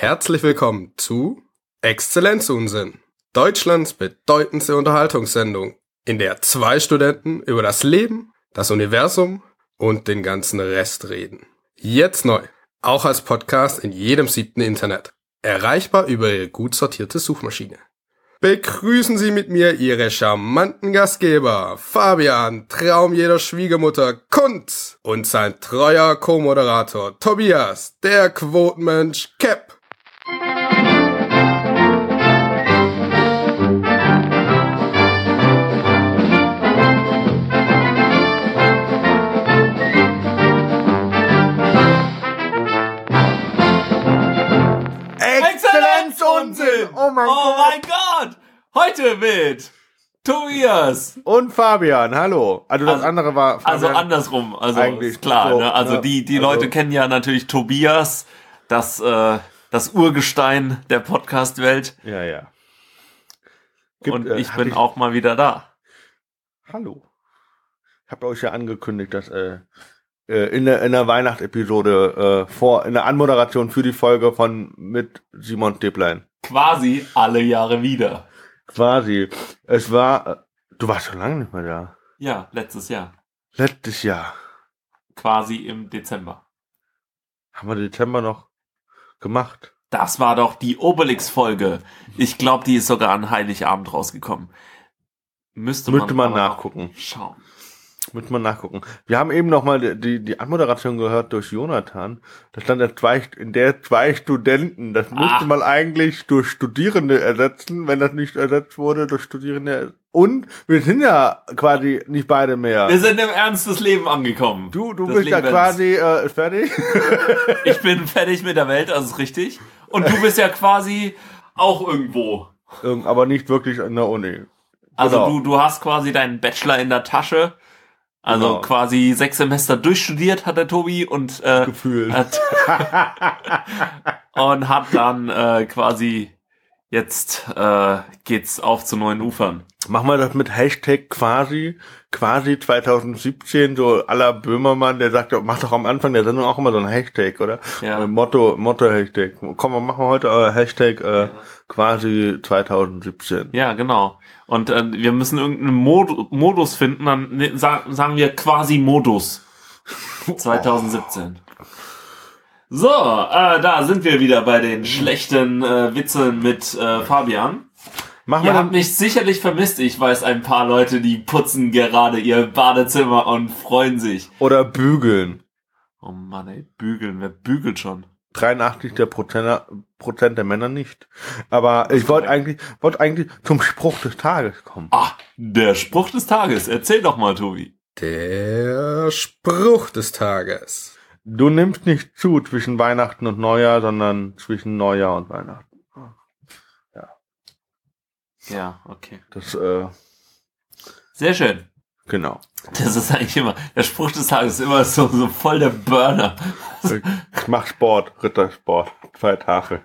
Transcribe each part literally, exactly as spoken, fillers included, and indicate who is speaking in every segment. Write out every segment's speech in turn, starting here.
Speaker 1: Herzlich willkommen zu Exzellenzunsinn, Deutschlands bedeutendste Unterhaltungssendung, in der zwei Studenten über das Leben, das Universum und den ganzen Rest reden. Jetzt neu, auch als Podcast in jedem siebten Internet, erreichbar über Ihre gut sortierte Suchmaschine. Begrüßen Sie mit mir Ihre charmanten Gastgeber, Fabian, Traum jeder Schwiegermutter, Kunz, und sein treuer Co-Moderator, Tobias, der Quotenmensch Cap.
Speaker 2: Exzellenzunsinn! Oh mein
Speaker 3: oh
Speaker 2: Gott!
Speaker 3: mein Gott! Heute mit Tobias
Speaker 2: Und Fabian, hallo. Also das
Speaker 3: also,
Speaker 2: andere war Fabian.
Speaker 3: Also andersrum, also
Speaker 2: Eigentlich
Speaker 3: ist klar,
Speaker 2: so,
Speaker 3: ne? Also
Speaker 2: ne?
Speaker 3: die die
Speaker 2: Also
Speaker 3: Leute kennen ja natürlich Tobias, das äh, das Urgestein der Podcast-Welt.
Speaker 2: Ja, ja. Gibt,
Speaker 3: Und
Speaker 2: äh,
Speaker 3: ich
Speaker 2: hab
Speaker 3: bin
Speaker 2: ich,
Speaker 3: auch mal wieder da.
Speaker 2: Hallo. Ich habe euch ja angekündigt, dass äh, äh, in der in der Weihnachtsepisode äh, vor in der Anmoderation für die Folge von mit Simon Deblein.
Speaker 3: Quasi alle Jahre wieder.
Speaker 2: Quasi. Es war. Äh, du warst schon lange nicht mehr da.
Speaker 3: Ja, letztes Jahr.
Speaker 2: Letztes Jahr.
Speaker 3: Quasi im Dezember.
Speaker 2: Haben wir Dezember noch gemacht?
Speaker 3: Das war doch die Obelix-Folge. Ich glaube, die ist sogar an Heiligabend rausgekommen. Müsste man,
Speaker 2: Müsste man
Speaker 3: aber
Speaker 2: nachgucken.
Speaker 3: Schauen.
Speaker 2: Müssen wir nachgucken. Wir haben eben noch mal die, die, die Anmoderation gehört durch Jonathan. Da stand ja zwei, in der zwei Studenten. Das müsste
Speaker 3: Ah.
Speaker 2: man eigentlich durch Studierende ersetzen, wenn das nicht ersetzt wurde durch Studierende. Und wir sind ja quasi nicht beide mehr.
Speaker 3: Wir sind im Ernst des Lebens angekommen.
Speaker 2: Du, du
Speaker 3: Des
Speaker 2: bist ja
Speaker 3: Lebens.
Speaker 2: quasi äh, fertig.
Speaker 3: Ich bin fertig mit der Welt, das ist richtig. Und du bist ja quasi auch irgendwo.
Speaker 2: Irgend- Aber nicht wirklich in der Uni.
Speaker 3: Also
Speaker 2: Genau.
Speaker 3: du, du hast quasi deinen Bachelor in der Tasche. Also
Speaker 2: Genau.
Speaker 3: quasi sechs Semester durchstudiert hat der Tobi und äh,
Speaker 2: Gefühl.
Speaker 3: hat und hat dann äh, quasi jetzt äh, geht's auf zu neuen Ufern.
Speaker 2: Machen wir das mit Hashtag quasi, quasi zwanzig siebzehn, so à la Böhmermann, der sagt, mach doch am Anfang der Sendung auch immer so ein Hashtag, oder?
Speaker 3: Ja.
Speaker 2: Äh, Motto, Motto-Hashtag. Komm, wir machen heute äh, Hashtag äh, quasi zwanzig siebzehn.
Speaker 3: Ja, genau. Und äh, wir müssen irgendeinen Mod- Modus finden, dann ne, sa- sagen wir quasi Modus zwanzig siebzehn. So, äh, da sind wir wieder bei den schlechten äh, Witzeln mit äh, Fabian.
Speaker 2: Machen
Speaker 3: Ihr
Speaker 2: wir
Speaker 3: habt
Speaker 2: dann,
Speaker 3: mich sicherlich vermisst. Ich weiß ein paar Leute, die putzen gerade ihr Badezimmer und freuen sich.
Speaker 2: oder bügeln.
Speaker 3: Oh Mann, ey, bügeln. Wer bügelt schon?
Speaker 2: dreiundachtzig der Prozent, Prozent der Männer nicht. Aber ich wollte eigentlich, wollte eigentlich zum Spruch des Tages kommen.
Speaker 3: Ah, der Spruch des Tages. Erzähl doch mal, Tobi.
Speaker 1: Der Spruch des Tages.
Speaker 2: Du nimmst nicht zu zwischen Weihnachten und Neujahr, sondern zwischen Neujahr und Weihnachten.
Speaker 3: Ja, okay.
Speaker 2: Das, äh,
Speaker 3: Sehr schön.
Speaker 2: genau.
Speaker 3: Das ist eigentlich immer, der Spruch des Tages ist immer so, so voll der Burner.
Speaker 2: Ich mach Sport, Rittersport, zwei Tage.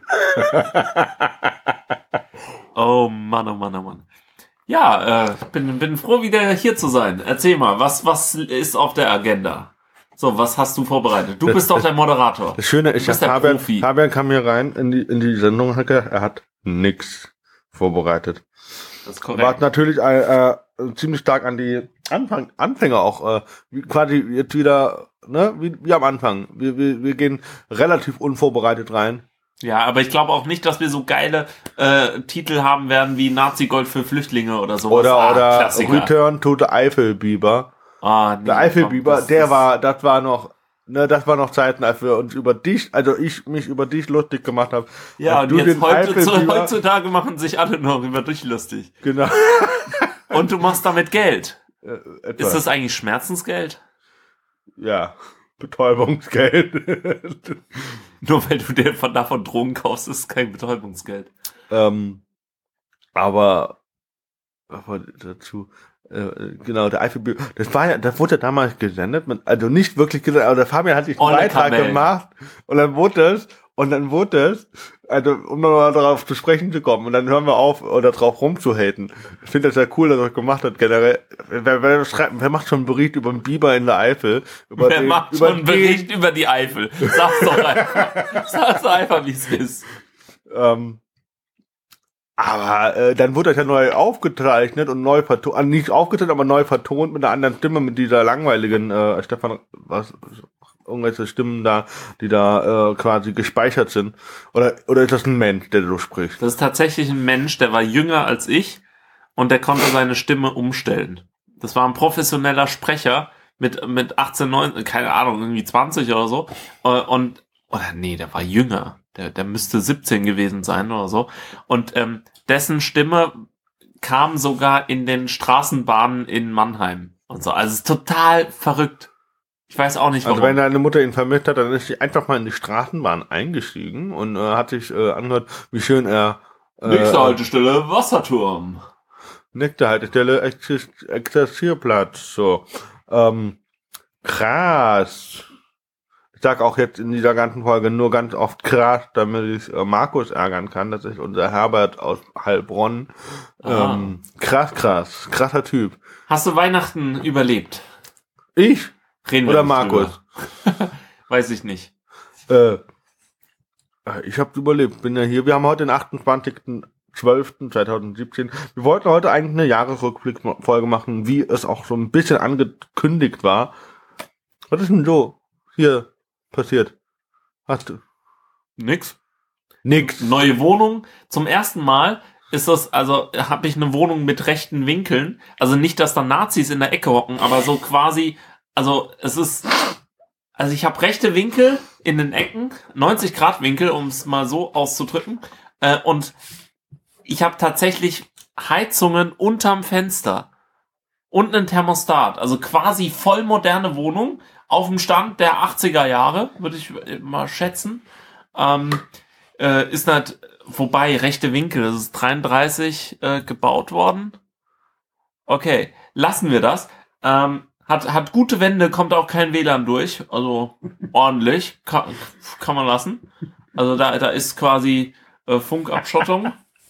Speaker 3: Oh Mann, oh Mann, oh Mann. Ja, äh, bin, bin froh, wieder hier zu sein. Erzähl mal, was, was ist auf der Agenda? So, was hast du vorbereitet? Du
Speaker 2: Das-
Speaker 3: bist doch
Speaker 2: das-
Speaker 3: der Moderator.
Speaker 2: Das Schöne ist,
Speaker 3: Du bist
Speaker 2: ja,
Speaker 3: der
Speaker 2: Fabian,
Speaker 3: Profi.
Speaker 2: Fabian kam hier rein in die, in die Sendung und hat gesagt, er hat nix vorbereitet.
Speaker 3: Das ist
Speaker 2: War
Speaker 3: korrekt.
Speaker 2: natürlich äh, äh, ziemlich stark an die Anfang, Anfänger auch, äh, wie, quasi jetzt wieder, ne, wie, wie am Anfang. Wir, wir, wir gehen relativ unvorbereitet rein.
Speaker 3: Ja, aber ich glaube auch nicht, dass wir so geile äh, Titel haben werden wie Nazi-Gold für Flüchtlinge oder sowas.
Speaker 2: Oder,
Speaker 3: ah,
Speaker 2: oder
Speaker 3: Klassiker.
Speaker 2: Return to the Eifelbiber.
Speaker 3: Ah, nee,
Speaker 2: Der Eifelbiber,
Speaker 3: komm,
Speaker 2: der
Speaker 3: das
Speaker 2: war, das war noch, ne, das war noch Zeiten, als wir uns über dich, also ich mich über dich lustig gemacht habe.
Speaker 3: Ja,
Speaker 2: Als
Speaker 3: und
Speaker 2: du
Speaker 3: jetzt
Speaker 2: den
Speaker 3: heute,
Speaker 2: Eifelbiber-
Speaker 3: heutzutage machen sich alle noch über dich lustig.
Speaker 2: Genau.
Speaker 3: Und du machst damit Geld.
Speaker 2: Äh, etwa.
Speaker 3: Ist das eigentlich Schmerzensgeld?
Speaker 2: Ja, Betäubungsgeld.
Speaker 3: Nur weil du dir von davon Drogen kaufst, ist es kein Betäubungsgeld.
Speaker 2: ähm, aber, aber dazu, äh, genau, der Eifelbiber, das war ja, das wurde ja damals gesendet, man, also nicht wirklich gesendet, aber der Fabian hat sich einen
Speaker 3: Olle
Speaker 2: Beitrag
Speaker 3: Kamellen.
Speaker 2: gemacht und dann wurde es, und dann wurde es, also um nochmal darauf zu sprechen zu kommen, und dann hören wir auf, oder drauf rumzuhaten. Ich finde das ja cool, dass er das gemacht hat, generell. Wer, wer, schreibt, wer macht schon einen Bericht über einen Biber in der Eifel? Über
Speaker 3: Wer
Speaker 2: den,
Speaker 3: macht
Speaker 2: über
Speaker 3: schon einen
Speaker 2: den-
Speaker 3: Bericht über die Eifel? Sag's doch einfach. Sag's doch einfach, wie es ist.
Speaker 2: Ähm, aber äh, dann wurde das ja neu aufgezeichnet und neu vertont, also nicht aufgezeichnet, aber neu vertont mit einer anderen Stimme, mit dieser langweiligen äh, Stefan, was, irgendwelche Stimmen da, die da äh, quasi gespeichert sind. Oder oder ist das ein Mensch, der so spricht?
Speaker 3: Das ist tatsächlich ein Mensch, der war jünger als ich und der konnte seine Stimme umstellen. Das war ein professioneller Sprecher mit mit achtzehn, neunzehn, keine Ahnung, irgendwie zwanzig oder so. Und oder nee, der war jünger. Der, der müsste siebzehn gewesen sein oder so. Und ähm, dessen Stimme kam sogar in den Straßenbahnen in Mannheim und so. Also es ist total verrückt. Ich weiß auch nicht, warum.
Speaker 2: Also wenn deine Mutter ihn vermisst hat, dann ist sie einfach mal in die Straßenbahn eingestiegen und äh, hat sich äh, angehört, wie schön er... Äh,
Speaker 3: Nächste Haltestelle, Wasserturm.
Speaker 2: Nächste Haltestelle, Exis- Exerzierplatz. So. Ähm, krass. Ich sag auch jetzt in dieser ganzen Folge nur ganz oft krass, damit ich äh, Markus ärgern kann. Das ist unser Herbert aus Heilbronn. Ähm, krass, krass. Krasser Typ.
Speaker 3: Hast du Weihnachten überlebt?
Speaker 2: Ich?
Speaker 3: Reden wir
Speaker 2: Oder
Speaker 3: nicht
Speaker 2: Markus?
Speaker 3: drüber. Weiß ich nicht.
Speaker 2: Äh, ich habe überlebt. Bin ja hier. Wir haben heute den achtundzwanzigsten zwölften zweitausendsiebzehn. Wir wollten heute eigentlich eine Jahresrückblick-Folge machen, wie es auch so ein bisschen angekündigt war. Was ist denn so hier passiert? Hast du?
Speaker 3: Nix.
Speaker 2: Nix.
Speaker 3: Neue Wohnung. Zum ersten Mal ist das, also habe ich eine Wohnung mit rechten Winkeln. Also nicht, dass da Nazis in der Ecke hocken, aber so quasi, also es ist, also ich habe rechte Winkel in den Ecken, neunzig Grad Winkel, um es mal so auszudrücken. Äh, und ich habe tatsächlich Heizungen unterm Fenster und einen Thermostat. Also quasi voll moderne Wohnung auf dem Stand der achtziger Jahre, würde ich mal schätzen. Ähm, äh, ist nicht, wobei, rechte Winkel, das ist dreiunddreißig äh, gebaut worden. Okay, lassen wir das. Ähm, hat, hat gute Wände, kommt auch kein W L A N durch, also ordentlich, kann, kann man lassen. Also da, da ist quasi äh, Funkabschottung.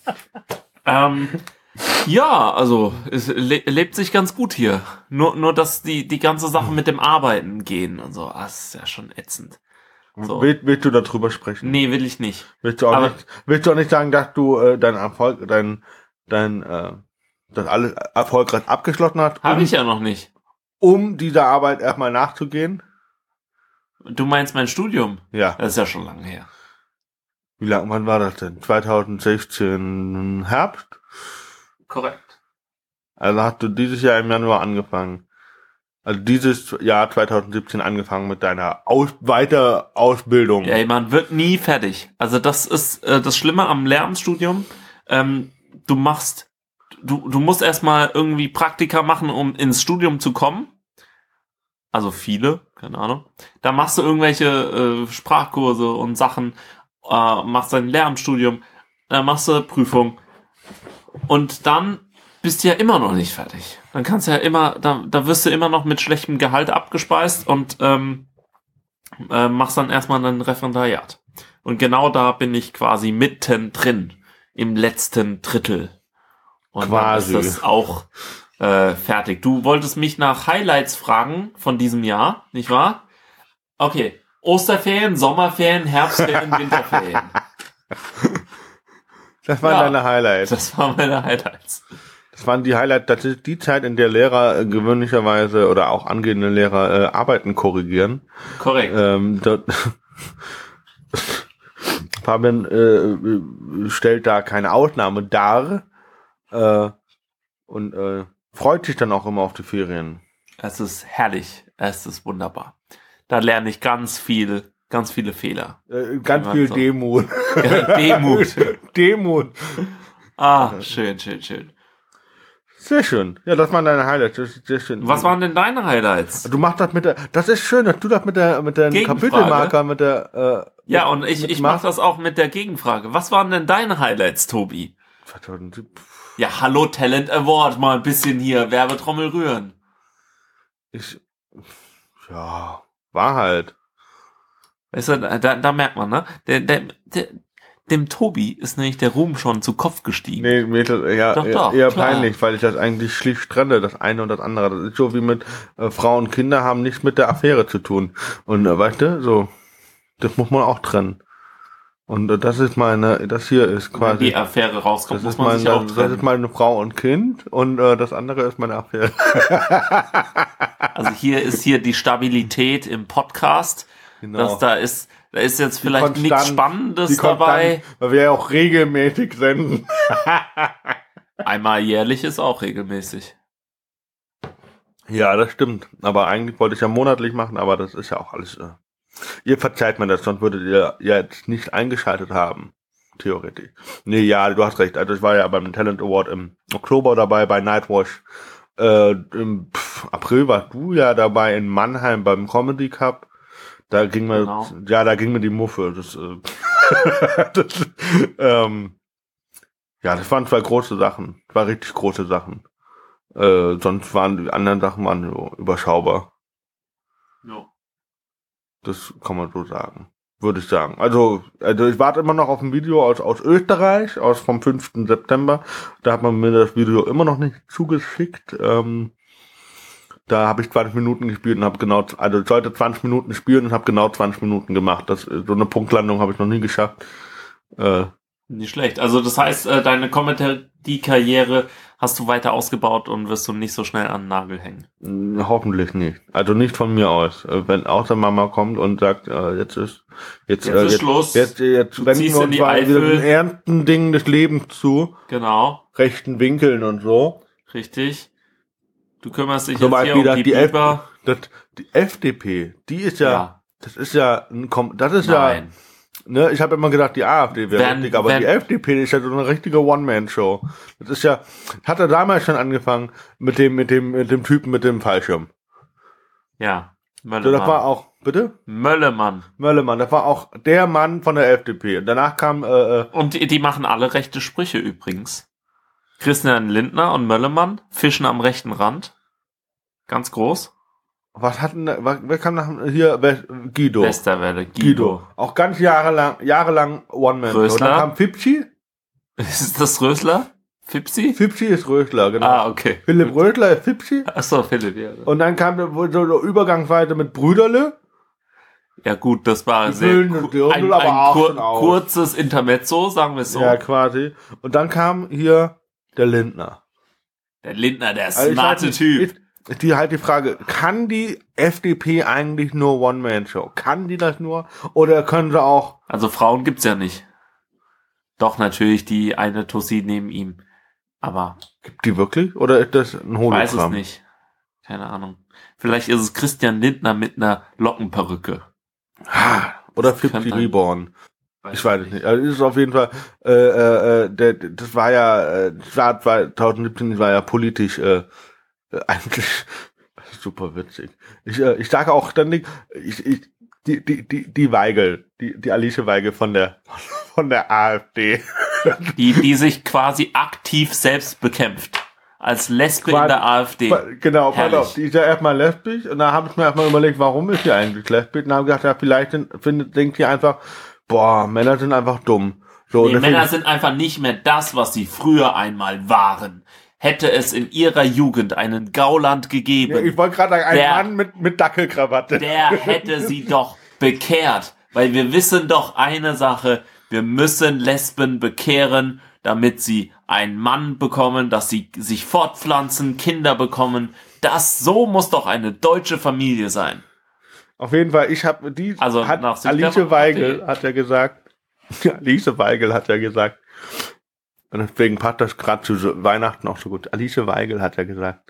Speaker 3: ähm, ja, also es le- lebt sich ganz gut hier. Nur, nur dass die, die ganze Sache mit dem Arbeiten gehen und so, ah, das ist ja schon ätzend. So.
Speaker 2: Will, willst du darüber sprechen?
Speaker 3: Nee, will ich nicht.
Speaker 2: Willst du auch
Speaker 3: Aber-
Speaker 2: nicht, willst du auch nicht sagen, dass du äh, dein Erfolg, dein, dein, äh, das alles erfolgreich abgeschlossen hast,
Speaker 3: Habe
Speaker 2: um,
Speaker 3: ich ja noch nicht.
Speaker 2: um dieser Arbeit erstmal nachzugehen?
Speaker 3: Du meinst mein Studium?
Speaker 2: Ja.
Speaker 3: Das ist ja schon lange her.
Speaker 2: Wie lang, wann war das denn? zweitausendsechzehn Herbst?
Speaker 3: Korrekt.
Speaker 2: Also hast du dieses Jahr im Januar angefangen. Also dieses Jahr zweitausendsiebzehn angefangen mit deiner Aus Weiterausbildung.
Speaker 3: Ja, man wird nie fertig. Also das ist äh, das Schlimme am Lehramtsstudium. Ähm, du machst, du, du musst erstmal irgendwie Praktika machen, um ins Studium zu kommen. Also viele, keine Ahnung. Da machst du irgendwelche äh, Sprachkurse und Sachen, äh, machst dein Lehramtsstudium, dann machst du Prüfung. Und dann bist du ja immer noch nicht fertig. Dann kannst du ja immer, da, da wirst du immer noch mit schlechtem Gehalt abgespeist und ähm, äh, machst dann erstmal ein Referendariat. Und genau da bin ich quasi mittendrin, im letzten Drittel. Und
Speaker 2: Quasi.
Speaker 3: dann ist das auch äh, fertig. Du wolltest mich nach Highlights fragen von diesem Jahr, nicht wahr? Okay. Osterferien, Sommerferien, Herbstferien, Winterferien.
Speaker 2: Das waren
Speaker 3: Ja.
Speaker 2: deine Highlights.
Speaker 3: Das waren meine Highlights.
Speaker 2: Das waren die Highlights. Das ist die Zeit, in der Lehrer äh, gewöhnlicherweise oder auch angehende Lehrer äh, Arbeiten korrigieren.
Speaker 3: Korrekt.
Speaker 2: Ähm, dort Fabian äh, stellt da keine Ausnahme dar äh, und äh, freut sich dann auch immer auf die Ferien.
Speaker 3: Es ist herrlich. Es ist wunderbar. Da lerne ich ganz viel, ganz viele Fehler.
Speaker 2: Äh, ganz
Speaker 3: Ja,
Speaker 2: viel
Speaker 3: so.
Speaker 2: Demut.
Speaker 3: Demut.
Speaker 2: Demut.
Speaker 3: Ah, schön, schön, schön.
Speaker 2: Sehr schön. Ja, das waren deine Highlights. Das ist sehr schön.
Speaker 3: Was waren denn deine Highlights?
Speaker 2: Du machst das mit der, das ist schön, dass du das mit der, mit der
Speaker 3: Gegenfrage.
Speaker 2: Kapitelmarker, mit der, äh,
Speaker 3: Ja, und ich, ich mache
Speaker 2: machst.
Speaker 3: das auch mit der Gegenfrage. Was waren denn deine Highlights, Tobi?
Speaker 2: zweitausendsieben.
Speaker 3: Ja, hallo Talent Award, mal ein bisschen hier Werbetrommel rühren.
Speaker 2: Ich, ja, war halt.
Speaker 3: Weißt du, da, da merkt man, ne? Der, der, der, dem Tobi ist nämlich der Ruhm schon zu Kopf gestiegen.
Speaker 2: Nee, mir ist das eher,
Speaker 3: Doch,
Speaker 2: eher,
Speaker 3: doch,
Speaker 2: eher
Speaker 3: klar.
Speaker 2: peinlich, weil ich das eigentlich schlicht trenne, das eine und das andere. Das ist so wie mit äh, Frauen und Kinder haben nichts mit der Affäre zu tun. Und äh, weißt du, so, das muss man auch trennen. Und äh, das ist meine, das hier ist
Speaker 3: Wenn
Speaker 2: quasi,
Speaker 3: die Affäre rauskommt,
Speaker 2: das
Speaker 3: muss
Speaker 2: ist,
Speaker 3: man
Speaker 2: mein,
Speaker 3: sich auch
Speaker 2: das
Speaker 3: trennen.
Speaker 2: ist meine Frau und Kind und äh, das andere ist meine Affäre.
Speaker 3: Also hier ist hier die Stabilität im Podcast.
Speaker 2: Genau.
Speaker 3: Dass da ist, da ist jetzt vielleicht
Speaker 2: Die
Speaker 3: nichts
Speaker 2: Konstant-
Speaker 3: Spannendes
Speaker 2: die Konstant-
Speaker 3: dabei.
Speaker 2: Weil wir ja auch regelmäßig senden.
Speaker 3: Einmal jährlich ist auch regelmäßig.
Speaker 2: Ja, das stimmt. Aber eigentlich wollte ich ja monatlich machen, aber das ist ja auch alles. Äh, ihr verzeiht mir das, sonst würdet ihr ja jetzt nicht eingeschaltet haben. Theoretisch. Nee, ja, du hast recht. Also ich war ja beim Talent Award im Oktober dabei, bei Nightwash. Äh, Im pff, April warst du ja dabei in Mannheim beim Comedy Cup. Da ging mir,
Speaker 3: Genau.
Speaker 2: ja, da ging mir die Muffe. Das, äh, das, ähm, ja, das waren zwei große Sachen. Zwei richtig große Sachen. Äh, sonst waren die anderen Sachen waren so überschaubar.
Speaker 3: Ja.
Speaker 2: Das kann man so sagen. Würde ich sagen. Also, also ich warte immer noch auf ein Video aus, aus Österreich, aus vom fünften September. Da hat man mir das Video immer noch nicht zugeschickt. Ähm, da habe ich zwanzig Minuten gespielt und habe genau, also ich sollte zwanzig Minuten spielen und habe genau zwanzig Minuten gemacht. Das, so eine Punktlandung habe ich noch nie geschafft. Äh,
Speaker 3: Nicht schlecht. Also das heißt, äh, deine Comedy-Karriere hast du weiter ausgebaut und wirst du nicht so schnell an den Nagel hängen.
Speaker 2: mh, hoffentlich nicht. Also nicht von mir aus. Äh, Wenn außer Mama kommt und sagt, äh, jetzt ist jetzt,
Speaker 3: Jetzt
Speaker 2: äh,
Speaker 3: ist
Speaker 2: jetzt,
Speaker 3: Schluss.
Speaker 2: jetzt, jetzt
Speaker 3: Du
Speaker 2: wenden
Speaker 3: ziehst
Speaker 2: wir
Speaker 3: in
Speaker 2: uns
Speaker 3: die
Speaker 2: mal wieder
Speaker 3: Eifel.
Speaker 2: den ernsten Dingen des Lebens zu,
Speaker 3: Genau,
Speaker 2: rechten Winkeln und so.
Speaker 3: richtig. Du kümmerst dich
Speaker 2: Zum
Speaker 3: jetzt hier
Speaker 2: Beispiel,
Speaker 3: um
Speaker 2: dass
Speaker 3: die
Speaker 2: die, F
Speaker 3: Biber.
Speaker 2: das, die F D P, die ist ja,
Speaker 3: Ja.
Speaker 2: das ist ja, ein Kom das ist
Speaker 3: Nein.
Speaker 2: ja, ne, ich habe immer gedacht, die AfD wäre
Speaker 3: Wenn-
Speaker 2: richtig, aber
Speaker 3: wenn-
Speaker 2: die F D P ist ja so eine richtige One-Man-Show. Das ist ja, hat er damals schon angefangen mit dem, mit dem, mit dem Typen mit dem Fallschirm.
Speaker 3: Ja.
Speaker 2: So,
Speaker 3: Möllemann.
Speaker 2: das war auch, bitte?
Speaker 3: Möllemann.
Speaker 2: Möllemann, das war auch der Mann von der F D P. Und danach kam, äh, äh,
Speaker 3: Und die, die machen alle rechte Sprüche übrigens. Christian Lindner und Möllemann fischen am rechten Rand. Ganz groß.
Speaker 2: was hatten, was, wer kam nach, hier, wer, Guido.
Speaker 3: Westerwelle. Guido.
Speaker 2: Guido. Auch ganz jahrelang, jahrelang One-Man-Show.
Speaker 3: Rösler.
Speaker 2: Dann kam Fipsi.
Speaker 3: Ist das Rösler? Fipsi?
Speaker 2: Fipsi ist Rösler, genau.
Speaker 3: Ah, okay.
Speaker 2: Philipp Rösler ist Fipsi.
Speaker 3: Achso, Philipp, ja.
Speaker 2: Und dann kam da wohl so eine Übergangsweise mit Brüderle.
Speaker 3: Ja gut, das war
Speaker 2: Die
Speaker 3: sehr
Speaker 2: füllen
Speaker 3: ku-
Speaker 2: das Dirndl
Speaker 3: ein,
Speaker 2: aber
Speaker 3: ein
Speaker 2: auch
Speaker 3: kur
Speaker 2: schon aus.
Speaker 3: kurzes Intermezzo, sagen wir es so.
Speaker 2: Ja, quasi. Und dann kam hier der Lindner.
Speaker 3: Der Lindner, der
Speaker 2: Also ich
Speaker 3: smarte
Speaker 2: weiß nicht,
Speaker 3: Typ.
Speaker 2: Ist, ist die halt die Frage, kann die F D P eigentlich nur One-Man-Show? Kann die das nur? Oder können sie auch,
Speaker 3: Also Frauen gibt's ja nicht. Doch, natürlich die eine Tussi neben ihm. Aber
Speaker 2: gibt die wirklich? Oder ist das ein
Speaker 3: ich
Speaker 2: Hologramm?
Speaker 3: weiß es nicht. Keine Ahnung. Vielleicht ist es Christian Lindner mit einer Lockenperücke.
Speaker 2: Ah, oder Fipsi
Speaker 3: Könnte-
Speaker 2: Reborn. Ich weiß es nicht. Also es ist auf jeden Fall, äh, äh, äh, der, das war ja, äh, das war zwanzig siebzehn, das war ja politisch äh, äh, eigentlich super witzig. Ich, äh, ich sage auch ständig, ich, ich, die, die, die, die Weigel, die, die Alice Weigel von der, von der AfD.
Speaker 3: Die, die sich quasi aktiv selbst bekämpft. Als Lesbe in
Speaker 2: Quasi-
Speaker 3: der AfD.
Speaker 2: Genau, pass
Speaker 3: Herrlich.
Speaker 2: auf, die ist ja erstmal lesbisch und da habe ich mir erstmal überlegt, warum ist sie eigentlich lesbisch? Und dann habe ich gedacht, ja, vielleicht sind- findet, denkt die einfach, boah, Männer sind einfach dumm. So,
Speaker 3: Die
Speaker 2: deswegen-
Speaker 3: Männer sind einfach nicht mehr das, was sie früher einmal waren. Hätte es in ihrer Jugend einen Gauland gegeben,
Speaker 2: Ja, ich wollte gerade sagen, ein
Speaker 3: Der-
Speaker 2: Mann mit, mit Dackelkrawatte.
Speaker 3: der hätte sie doch bekehrt. Weil wir wissen doch eine Sache, wir müssen Lesben bekehren, damit sie einen Mann bekommen, dass sie sich fortpflanzen, Kinder bekommen. Das, so muss doch eine deutsche Familie sein.
Speaker 2: Auf jeden Fall, ich habe die,
Speaker 3: Also
Speaker 2: hat
Speaker 3: nach Sicht
Speaker 2: Alice
Speaker 3: der
Speaker 2: Weigel
Speaker 3: AfD.
Speaker 2: hat ja gesagt, Alice Weigel hat ja gesagt, und deswegen passt das gerade zu so Weihnachten auch so gut. Alice Weigel hat ja gesagt,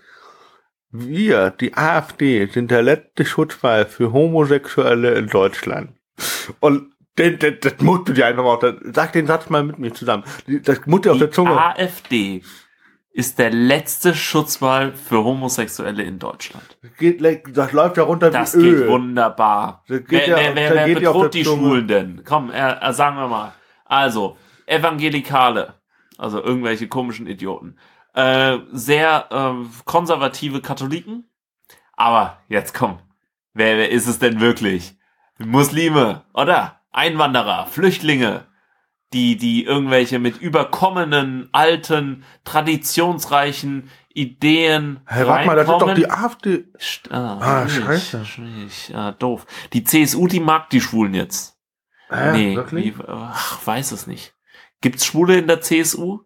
Speaker 2: wir, die AfD, sind der letzte Schutzwall für Homosexuelle in Deutschland. Und den, den, das musst du dir einfach mal, auf- sag den Satz mal mit mir zusammen. Das muss dir auf der
Speaker 3: Die
Speaker 2: Zunge.
Speaker 3: AfD ist der letzte Schutzwall für Homosexuelle in Deutschland.
Speaker 2: Das, geht, das läuft ja runter
Speaker 3: Das
Speaker 2: wie
Speaker 3: geht
Speaker 2: Öl.
Speaker 3: wunderbar.
Speaker 2: Das geht
Speaker 3: Wer,
Speaker 2: ja-
Speaker 3: wer, wer,
Speaker 2: da
Speaker 3: wer
Speaker 2: geht ja auf
Speaker 3: bedroht
Speaker 2: der
Speaker 3: die
Speaker 2: Zunge.
Speaker 3: Schwulen denn? Komm, äh, äh, sagen wir mal. Also, Evangelikale, also irgendwelche komischen Idioten. Äh, sehr äh, konservative Katholiken. Aber jetzt komm, wer, wer ist es denn wirklich? Muslime, oder? Einwanderer, Flüchtlinge, die, die irgendwelche mit überkommenen, alten, traditionsreichen Ideen
Speaker 2: Hey, warte mal, das ist doch
Speaker 3: reinkommen.
Speaker 2: die AfD.
Speaker 3: St- Ah,
Speaker 2: Ah,
Speaker 3: schwierig,
Speaker 2: scheiße.
Speaker 3: schwierig, ja, doof. Die C S U, die mag die Schwulen jetzt.
Speaker 2: Äh,
Speaker 3: nee,
Speaker 2: wirklich?
Speaker 3: wie, ach, weiß es nicht. Gibt's Schwule in der C S U?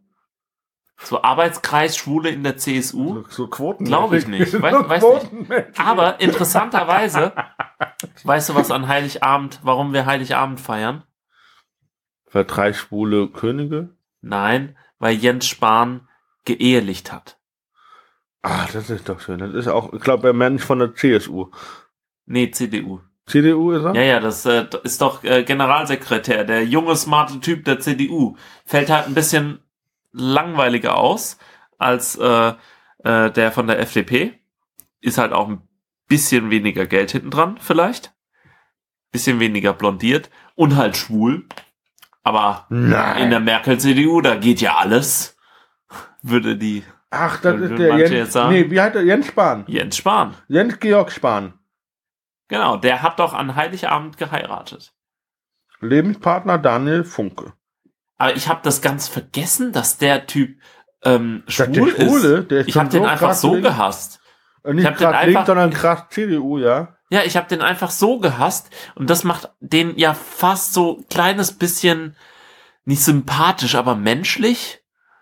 Speaker 3: So Arbeitskreis Schwule in der C S U?
Speaker 2: So, so Quoten.
Speaker 3: Glaube ich nicht.
Speaker 2: So
Speaker 3: Weiß, weiß nicht.
Speaker 2: Quotenmäßig.
Speaker 3: Aber interessanterweise, weißt du was an Heiligabend, warum wir Heiligabend feiern?
Speaker 2: Für drei schwule Könige?
Speaker 3: Nein, weil Jens Spahn geehelicht hat.
Speaker 2: Ah, das ist doch schön. Das ist auch, ich glaube, er Mensch von der C S U.
Speaker 3: Nee, C D U.
Speaker 2: C D U ist er?
Speaker 3: Ja, ja, das äh, ist doch äh, Generalsekretär, der junge, smarte Typ der C D U. Fällt halt ein bisschen langweiliger aus als äh, äh, der von der F D P. Ist halt auch ein bisschen weniger Geld hinten dran, vielleicht. Bisschen weniger blondiert und halt schwul. Aber
Speaker 2: Nein.
Speaker 3: in der Merkel-C D U, da geht ja alles. Würde die
Speaker 2: Ach, das
Speaker 3: Würden
Speaker 2: ist der
Speaker 3: manche
Speaker 2: Jens,
Speaker 3: jetzt sagen?
Speaker 2: nee, wie heißt der? Jens Spahn.
Speaker 3: Jens Spahn.
Speaker 2: Jens Georg Spahn.
Speaker 3: Genau, der hat doch an Heiligabend geheiratet.
Speaker 2: Lebenspartner Daniel Funke.
Speaker 3: Aber ich habe das ganz vergessen, dass der Typ ähm,
Speaker 2: Ist das
Speaker 3: schwul
Speaker 2: der Schwule?
Speaker 3: ist.
Speaker 2: Der ist
Speaker 3: Ich
Speaker 2: schon
Speaker 3: habe den
Speaker 2: so
Speaker 3: einfach
Speaker 2: krass
Speaker 3: so
Speaker 2: links.
Speaker 3: gehasst.
Speaker 2: Äh, Nicht
Speaker 3: hab den
Speaker 2: gerade
Speaker 3: einfach-
Speaker 2: links, sondern krass C D U, ja.
Speaker 3: Ja, ich habe den einfach so gehasst und das macht den ja fast so ein kleines bisschen nicht sympathisch, aber menschlich.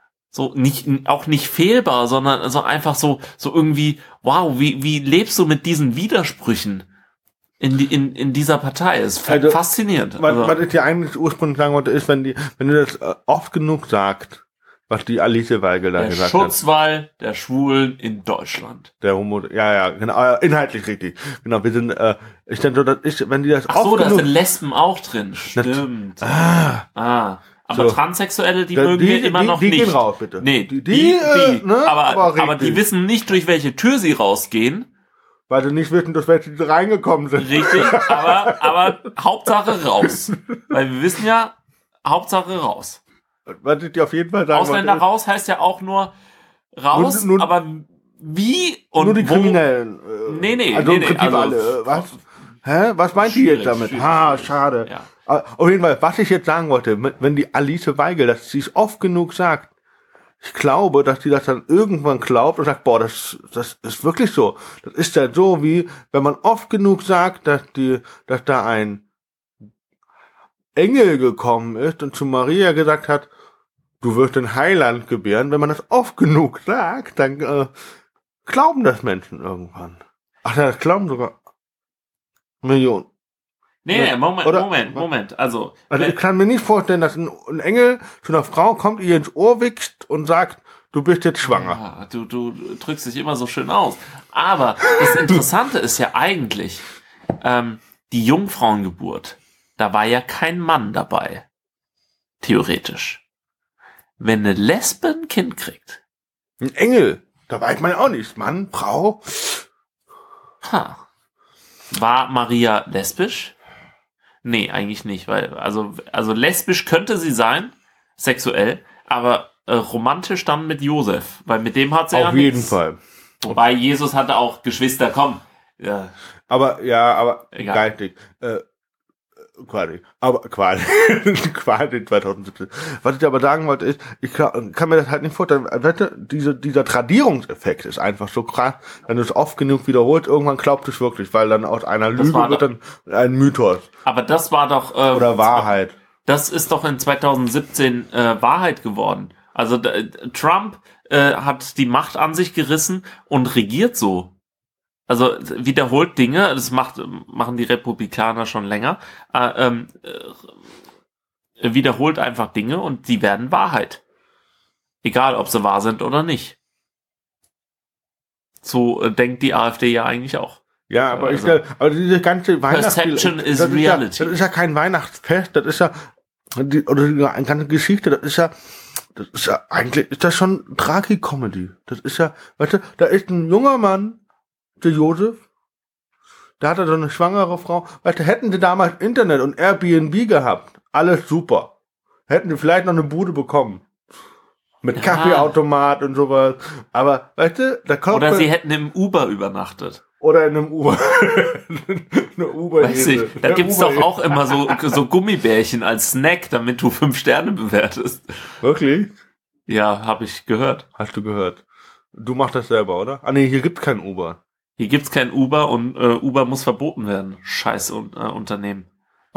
Speaker 3: So nicht auch nicht fehlbar, sondern also einfach so so irgendwie wow, wie wie lebst du mit diesen Widersprüchen in die in in dieser Partei? Ist fa-
Speaker 2: Also,
Speaker 3: faszinierend.
Speaker 2: Was,
Speaker 3: Also,
Speaker 2: was ich dir eigentlich ursprünglich sagen wollte, ist, wenn die, wenn du das äh, oft genug sagst, was die Alice Weigel da
Speaker 3: der
Speaker 2: gesagt hat.
Speaker 3: Schutzwall der Schwulen in Deutschland.
Speaker 2: Der Homo, ja, ja, genau, äh, inhaltlich richtig. Genau, wir sind, äh, ich denke, so, das ist, wenn die das
Speaker 3: Ach so,
Speaker 2: oft
Speaker 3: da
Speaker 2: genug,
Speaker 3: sind Lesben auch drin. Stimmt.
Speaker 2: ah,
Speaker 3: Ah, aber
Speaker 2: So.
Speaker 3: Transsexuelle, die
Speaker 2: da-
Speaker 3: mögen wir immer
Speaker 2: die,
Speaker 3: noch
Speaker 2: die
Speaker 3: nicht.
Speaker 2: gehen raus, bitte.
Speaker 3: Nee,
Speaker 2: die,
Speaker 3: die,
Speaker 2: die,
Speaker 3: die,
Speaker 2: äh, ne,
Speaker 3: aber,
Speaker 2: aber,
Speaker 3: aber die
Speaker 2: richtig.
Speaker 3: wissen nicht, durch welche Tür sie rausgehen.
Speaker 2: Weil sie nicht wissen, durch welche die reingekommen sind.
Speaker 3: Richtig, aber, aber Hauptsache raus. Weil wir wissen ja, Hauptsache raus.
Speaker 2: Was ich dir auf jeden Fall sagen
Speaker 3: Ausländer
Speaker 2: wollte,
Speaker 3: raus heißt ja auch nur raus,
Speaker 2: Nur- nur-
Speaker 3: aber wie
Speaker 2: ist,
Speaker 3: und
Speaker 2: nur die
Speaker 3: wo.
Speaker 2: Kriminellen. Äh,
Speaker 3: Nee, nee,
Speaker 2: also
Speaker 3: nee,
Speaker 2: im
Speaker 3: nee,
Speaker 2: Prinzip
Speaker 3: also-
Speaker 2: alle. Äh, was? Hä? Was meint die jetzt
Speaker 3: Schwierig,
Speaker 2: damit?
Speaker 3: schwierig,
Speaker 2: Ha,
Speaker 3: schwierig.
Speaker 2: schade.
Speaker 3: Ja.
Speaker 2: Aber auf jeden Fall, was ich jetzt sagen wollte, wenn die Alice Weigel, dass sie es oft genug sagt, ich glaube, dass die das dann irgendwann glaubt und sagt, boah, das, das ist wirklich so. Das ist ja so, wie wenn man oft genug sagt, dass die, dass da ein Engel gekommen ist und zu Maria gesagt hat, du wirst den Heiland gebären. Wenn man das oft genug sagt, dann äh, glauben das Menschen irgendwann. Ach ja, das glauben sogar Millionen.
Speaker 3: Nee, nee, Moment,
Speaker 2: Oder-
Speaker 3: Moment, Moment. Also,
Speaker 2: Also
Speaker 3: wenn-
Speaker 2: ich kann mir nicht vorstellen, dass ein, ein Engel zu einer Frau kommt, ihr ins Ohr wichst und sagt, du bist jetzt schwanger.
Speaker 3: Ja, du, du drückst dich immer so schön aus. Aber das Interessante ist ja eigentlich, ähm, die Jungfrauengeburt, da war ja kein Mann dabei. Theoretisch. Wenn eine Lesbe ein Kind kriegt,
Speaker 2: Ein Engel, da weiß man ja auch nicht. Mann, Frau.
Speaker 3: ha, war Maria lesbisch? Nee, eigentlich nicht, weil, also, also lesbisch könnte sie sein, sexuell, aber äh, romantisch dann mit Josef, weil mit dem hat sie ja
Speaker 2: Auf jeden
Speaker 3: nichts.
Speaker 2: Fall.
Speaker 3: Wobei Jesus hatte auch Geschwister, komm. Ja,
Speaker 2: Aber, ja, aber
Speaker 3: Egal.
Speaker 2: geistig. Äh, quasi. Aber quasi. quasi zwanzig siebzehn. Was ich aber sagen wollte ist, ich kann, kann mir das halt nicht vorstellen. Weißt du, diese, dieser Tradierungseffekt ist einfach so krass. Wenn du es oft genug wiederholst, irgendwann glaubt es wirklich, weil dann aus einer
Speaker 3: Das
Speaker 2: Lüge
Speaker 3: war
Speaker 2: wird dann ein Mythos
Speaker 3: aber das war doch... Äh,
Speaker 2: oder Wahrheit.
Speaker 3: Das ist doch in zwanzig siebzehn äh, Wahrheit geworden. Also d- Trump äh, hat die Macht an sich gerissen und regiert so. Also wiederholt Dinge, das macht, machen die Republikaner schon länger, äh, ähm, äh, wiederholt einfach Dinge und die werden Wahrheit. Egal, ob sie wahr sind oder nicht. So äh, denkt die AfD ja eigentlich auch.
Speaker 2: Ja, aber
Speaker 3: Also-
Speaker 2: ich glaube, aber diese ganze Weihnachtsspiel,
Speaker 3: Perception is
Speaker 2: das
Speaker 3: reality.
Speaker 2: Ja, das ist ja kein Weihnachtsfest, das ist ja, die, oder die ganze Geschichte, das ist ja, das ist ja, eigentlich ist das schon Tragicomedy. Das ist ja, weißt du, da ist ein junger Mann, der Josef, da hat er so eine schwangere Frau, weißt du, hätten die damals Internet und Airbnb gehabt, alles super. Hätten die vielleicht noch eine Bude bekommen. Mit
Speaker 3: Ja.
Speaker 2: Kaffeeautomat und sowas. Aber, weißt du, da kommt
Speaker 3: Oder
Speaker 2: man-
Speaker 3: sie hätten im Uber übernachtet.
Speaker 2: oder in einem Uber. eine Uber.
Speaker 3: Weiß ich, da gibt's doch auch immer so, so Gummibärchen als Snack, damit du fünf Sterne bewertest.
Speaker 2: Wirklich?
Speaker 3: Ja, habe ich gehört.
Speaker 2: Hast du gehört? Du machst das selber, oder? Ah nee, hier gibt's kein Uber.
Speaker 3: Hier gibt's kein Uber und äh, Uber muss verboten werden. Scheiß un äh, Unternehmen.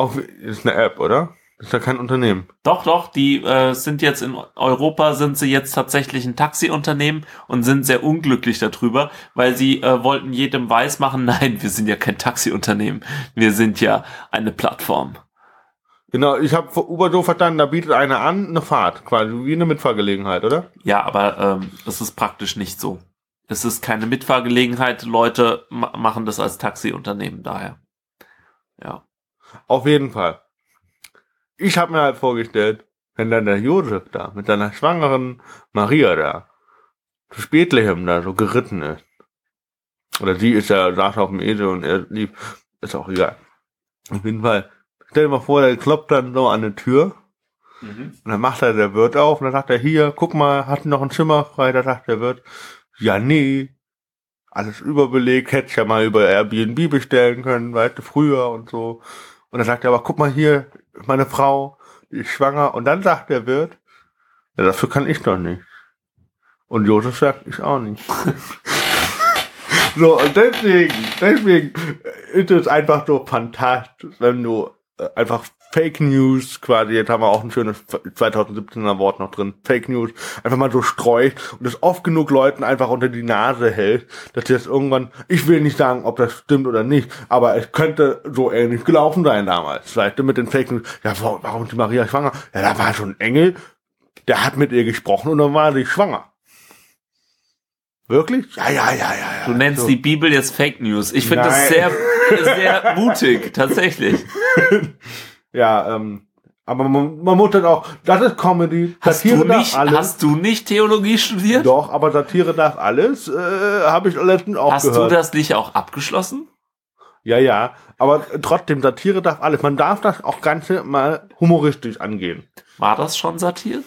Speaker 2: Auch ist eine App, oder? Ist ja kein Unternehmen.
Speaker 3: Doch, doch, die äh, sind jetzt in Europa, sind sie jetzt tatsächlich ein Taxiunternehmen und sind sehr unglücklich darüber, weil sie äh, wollten jedem weismachen, nein, wir sind ja kein Taxiunternehmen, wir sind ja eine Plattform.
Speaker 2: Genau, ich habe Uber so verstanden, da bietet einer an, eine Fahrt, quasi wie eine Mitfahrgelegenheit, oder?
Speaker 3: Ja, aber ähm, es ist praktisch nicht so. Es ist keine Mitfahrgelegenheit, Leute ma- machen das als Taxiunternehmen daher. Ja.
Speaker 2: Auf jeden Fall. Ich habe mir halt vorgestellt, wenn dann der Josef da mit seiner schwangeren Maria da zu Bethlehem da so geritten ist. Oder sie ist ja, saß auf dem Esel und er lief. Ist auch egal. Auf jeden Fall. Stell dir mal vor, der klopft dann so an eine Tür. Mhm. Und dann macht er der Wirt auf und dann sagt er, hier, guck mal, hat noch ein Zimmer frei? Da sagt der Wirt, ja, nee. Alles überbelegt, hätte ich ja mal über Airbnb bestellen können, weißt du, früher und so. Und dann sagt er, aber guck mal hier, meine Frau, die ist schwanger. Und dann sagt der Wirt, ja, dafür kann ich doch nicht. Und Josef sagt, ich auch nicht. So, und deswegen, deswegen ist es einfach so fantastisch, wenn du einfach Fake News quasi, jetzt haben wir auch ein schönes zwanzig siebzehner Wort noch drin, Fake News, einfach mal so streut und es oft genug Leuten einfach unter die Nase hält, dass jetzt irgendwann, ich will nicht sagen, ob das stimmt oder nicht, aber es könnte so ähnlich gelaufen sein damals, weißt du, mit den Fake News, ja, warum ist die Maria schwanger? Ja, da war so ein Engel, der hat mit ihr gesprochen und dann war sie schwanger. Wirklich? Ja, ja, ja, ja. ja.
Speaker 3: Du nennst
Speaker 2: so.
Speaker 3: die Bibel jetzt Fake News. Ich finde das sehr, sehr mutig, tatsächlich.
Speaker 2: Ja, ähm, aber man, man muss dann auch, das ist Comedy.
Speaker 3: Hast
Speaker 2: Satire
Speaker 3: du
Speaker 2: darf
Speaker 3: nicht,
Speaker 2: alles.
Speaker 3: hast du nicht Theologie studiert?
Speaker 2: Doch, aber Satire darf alles, äh, habe ich letztens auch
Speaker 3: Hast
Speaker 2: gehört.
Speaker 3: du das nicht auch abgeschlossen?
Speaker 2: Ja, ja, aber trotzdem, Satire darf alles. Man darf das auch Ganze mal humoristisch angehen.
Speaker 3: War das schon Satire?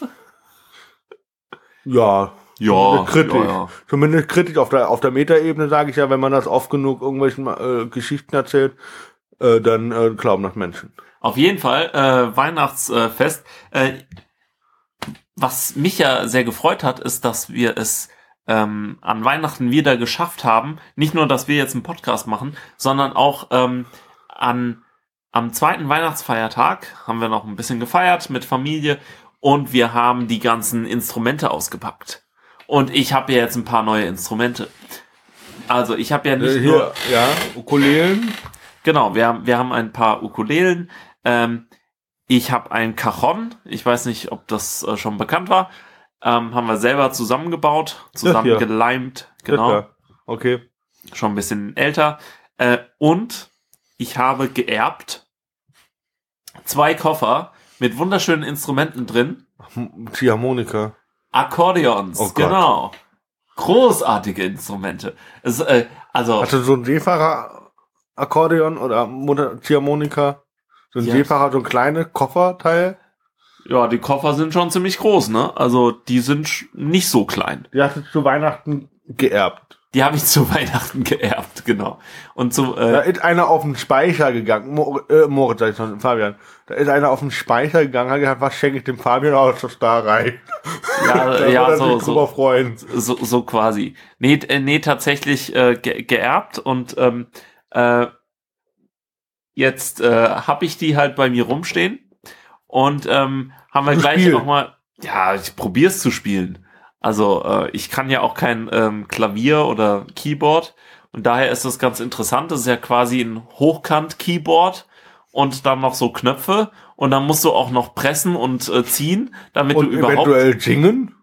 Speaker 2: Ja.
Speaker 3: Ja,
Speaker 2: zumindest kritisch.
Speaker 3: ja, ja.
Speaker 2: Zumindest kritisch auf der, auf der Metaebene, sage ich ja, wenn man das oft genug irgendwelchen äh, Geschichten erzählt, äh, dann äh, glauben das Menschen.
Speaker 3: Auf jeden Fall, äh, Weihnachtsfest. Äh, was mich ja sehr gefreut hat, ist, dass wir es ähm, an Weihnachten wieder geschafft haben. Nicht nur, dass wir jetzt einen Podcast machen, sondern auch ähm, an am zweiten Weihnachtsfeiertag haben wir noch ein bisschen gefeiert mit Familie und wir haben die ganzen Instrumente ausgepackt. Und ich habe ja jetzt ein paar neue Instrumente. Also ich habe ja nicht
Speaker 2: äh, hier,
Speaker 3: nur...
Speaker 2: Ja, Ukulelen.
Speaker 3: Genau, wir haben, wir haben ein paar Ukulelen. Ähm, ich habe ein Cajon. Ich weiß nicht, ob das äh, schon bekannt war. Ähm, haben wir selber zusammengebaut, zusammengeleimt. Genau.
Speaker 2: Ja, okay.
Speaker 3: Schon ein bisschen älter. Äh, und ich habe geerbt zwei Koffer mit wunderschönen Instrumenten drin.
Speaker 2: Ziehharmonika.
Speaker 3: Akkordeons,
Speaker 2: Oh Gott.
Speaker 3: genau. Großartige Instrumente. Es, äh, also
Speaker 2: Hast du so ein Seefahrer-Akkordeon oder Mund- Ziehharmonika? So ein
Speaker 3: Ja.
Speaker 2: Seefahrer, so ein kleines Kofferteil?
Speaker 3: ja, die Koffer sind schon ziemlich groß, ne? Also die sind sch- nicht so klein.
Speaker 2: Die hast du zu Weihnachten geerbt.
Speaker 3: Die habe ich zu Weihnachten geerbt, genau. Und so,
Speaker 2: Da
Speaker 3: äh,
Speaker 2: ist einer auf den Speicher gegangen. Mo äh, Moritz, sag ich schon, Fabian. Da ist einer auf den Speicher gegangen, hat gesagt, was schenke ich dem Fabian aus, das da rein.
Speaker 3: ja,
Speaker 2: Da
Speaker 3: ja,
Speaker 2: würde er
Speaker 3: so,
Speaker 2: sich drüber
Speaker 3: so,
Speaker 2: freuen.
Speaker 3: so, so quasi. Nee, äh, nee, tatsächlich äh, ge geerbt und ähm, äh, jetzt äh, habe ich die halt bei mir rumstehen und ähm, haben wir
Speaker 2: Zu
Speaker 3: gleich
Speaker 2: spielen.
Speaker 3: auch mal, ja, ich probier's zu spielen. Also äh, ich kann ja auch kein ähm, Klavier oder Keyboard und daher ist das ganz interessant. Das ist ja quasi ein Hochkant-Keyboard und dann noch so Knöpfe und dann musst du auch noch pressen und äh, ziehen, damit
Speaker 2: Und
Speaker 3: du überhaupt...
Speaker 2: eventuell singen?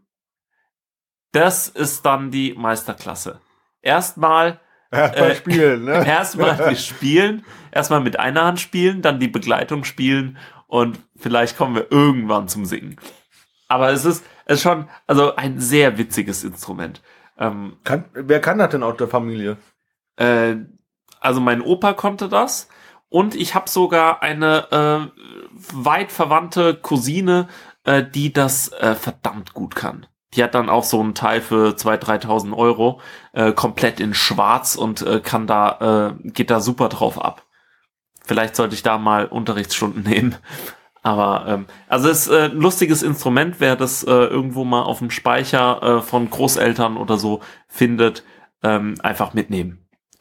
Speaker 3: Das ist dann die Meisterklasse. Erstmal
Speaker 2: Erstmal
Speaker 3: Äh,
Speaker 2: spielen, ne?
Speaker 3: erstmal wir spielen, erstmal mit einer Hand spielen, dann die Begleitung spielen und vielleicht kommen wir irgendwann zum Singen. Aber es ist, es ist schon, also ein sehr witziges Instrument. Ähm,
Speaker 2: Kann, wer kann das denn aus der Familie?
Speaker 3: äh, also mein Opa konnte das und ich habe sogar eine äh, weit verwandte Cousine, äh, die das äh, verdammt gut kann. Die hat dann auch so einen Teil für zweitausend, dreitausend Euro, äh, komplett in schwarz und äh, kann da, äh, geht da super drauf ab. Vielleicht sollte ich da mal Unterrichtsstunden nehmen. Aber, ähm, also es ist äh, ein lustiges Instrument, wer das äh, irgendwo mal auf dem Speicher äh, von Großeltern oder so findet, ähm, einfach mitnehmen.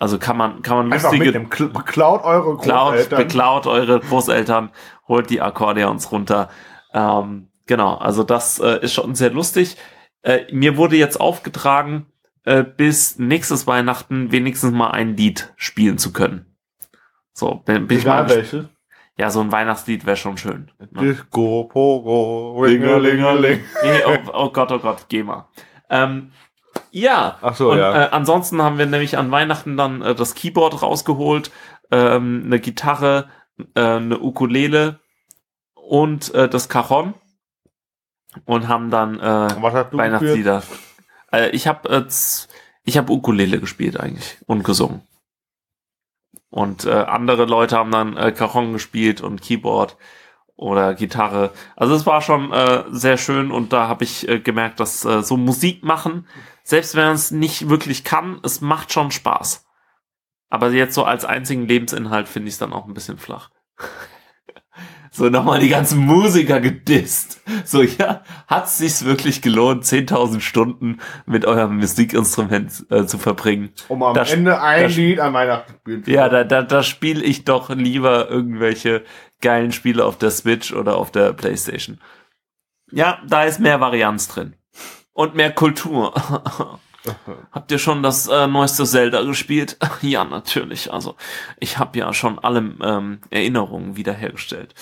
Speaker 3: Also kann man, kann man
Speaker 2: Einfach
Speaker 3: lustige,
Speaker 2: mit dem Kl- beklaut eure
Speaker 3: klaut,
Speaker 2: Großeltern.
Speaker 3: beklaut eure Großeltern, holt die Akkordeons runter. Ähm, genau, also das äh, ist schon sehr lustig. Äh, mir wurde jetzt aufgetragen, äh, bis nächstes Weihnachten wenigstens mal ein Lied spielen zu können. So, bin, bin ich
Speaker 2: Egal
Speaker 3: mal.
Speaker 2: welche.
Speaker 3: Ja, so ein Weihnachtslied wäre schon schön. Ne?
Speaker 2: Disco, Pogo, Ringelingeling.
Speaker 3: Nee, oh, oh Gott, oh Gott, geh mal. Ähm, ja,
Speaker 2: Ach so,
Speaker 3: und
Speaker 2: ja.
Speaker 3: äh, ansonsten haben wir nämlich an Weihnachten dann äh, das Keyboard rausgeholt, ähm, eine Gitarre, äh, eine Ukulele und äh, das Cajon und haben dann äh,
Speaker 2: Was hast du
Speaker 3: Weihnachtslieder. Äh, ich habe äh, z- ich habe Ukulele gespielt eigentlich und gesungen. Und äh, andere Leute haben dann äh, Cajon gespielt und Keyboard oder Gitarre. Also es war schon äh, sehr schön und da habe ich äh, gemerkt, dass äh, so Musik machen, selbst wenn man es nicht wirklich kann, es macht schon Spaß. Aber jetzt so als einzigen Lebensinhalt finde ich es dann auch ein bisschen flach. So nochmal die ganzen Musiker gedisst. So, ja, hat's sich's wirklich gelohnt, zehntausend Stunden mit eurem Musikinstrument äh, zu verbringen?
Speaker 2: Um am
Speaker 3: Da sch-
Speaker 2: Ende ein
Speaker 3: da sch-
Speaker 2: Lied an Weihnachten spielen zu
Speaker 3: Ja,
Speaker 2: können.
Speaker 3: da, da, da spiele ich doch lieber irgendwelche geilen Spiele auf der Switch oder auf der PlayStation. Ja, da ist mehr Varianz drin. Und mehr Kultur. Habt ihr schon das äh, neueste Zelda gespielt? Ja, natürlich. Also, ich habe ja schon alle ähm, Erinnerungen wiederhergestellt.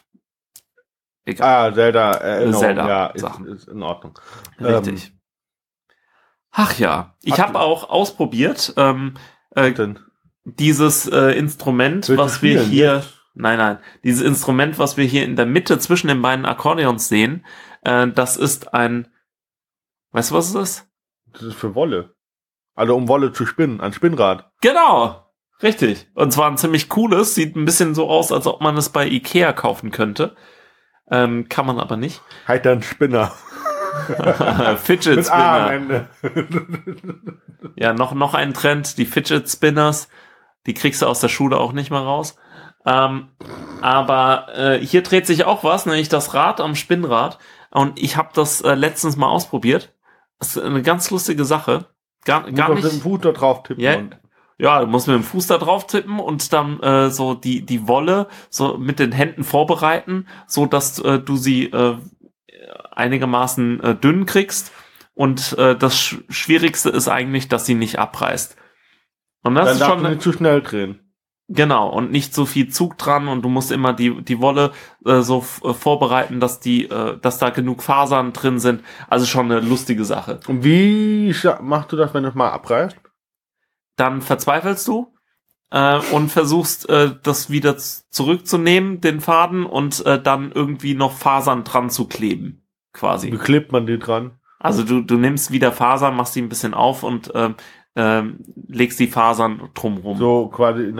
Speaker 3: Egal.
Speaker 2: Ah, Zelda, Erinnerung,
Speaker 3: Zelda
Speaker 2: ja, ist,
Speaker 3: Sachen.
Speaker 2: ist in Ordnung.
Speaker 3: Richtig. Ach ja, ich
Speaker 2: Hat-
Speaker 3: habe auch ausprobiert, ähm, äh,
Speaker 2: Denn
Speaker 3: dieses äh, Instrument,
Speaker 2: Willst du
Speaker 3: was wir
Speaker 2: spielen
Speaker 3: hier,
Speaker 2: jetzt?
Speaker 3: nein, nein, dieses Instrument, was wir hier in der Mitte zwischen den beiden Akkordeons sehen, äh, das ist ein, weißt du, was es ist?
Speaker 2: das ist für Wolle. Also um Wolle zu spinnen, ein Spinnrad.
Speaker 3: Genau, richtig. Und zwar ein ziemlich cooles, sieht ein bisschen so aus, als ob man es bei Ikea kaufen könnte. Ähm, kann man aber nicht.
Speaker 2: Halt dann Spinner.
Speaker 3: Fidget
Speaker 2: Mit A am
Speaker 3: Spinner.
Speaker 2: Ende.
Speaker 3: Ja, noch, noch ein Trend, die Fidget Spinners. Die kriegst du aus der Schule auch nicht mehr raus. Ähm, aber äh, hier dreht sich auch was, nämlich das Rad am Spinnrad. Und ich habe das äh, letztens mal ausprobiert. Das ist eine ganz lustige Sache. Gar, gar
Speaker 2: Muss auf den
Speaker 3: nicht.
Speaker 2: Fuß da drauf tippen.
Speaker 3: Ja,
Speaker 2: und-
Speaker 3: ja, du musst mit dem Fuß da drauf tippen und dann äh, so die die Wolle so mit den Händen vorbereiten, so dass äh, du sie äh, einigermaßen äh, dünn kriegst. Und äh, das Sch Schwierigste ist eigentlich, dass sie nicht abreißt. Und das
Speaker 2: Dann
Speaker 3: ist
Speaker 2: darfst
Speaker 3: schon
Speaker 2: du nicht zu schnell drehen.
Speaker 3: genau und nicht so viel Zug dran und du musst immer die die Wolle äh, so f- äh, vorbereiten, dass die äh, dass da genug Fasern drin sind. Also schon eine lustige Sache.
Speaker 2: Und wie scha- machst du das, wenn es mal abreißt?
Speaker 3: Dann verzweifelst du äh, und versuchst äh, das wieder z- zurückzunehmen, den Faden, und äh, dann irgendwie noch Fasern dran zu kleben,
Speaker 2: Wie
Speaker 3: quasi.
Speaker 2: klebt man die dran?
Speaker 3: Also du du nimmst wieder Fasern, machst die ein bisschen auf und ähm, ähm, legst die Fasern drumrum.
Speaker 2: So quasi in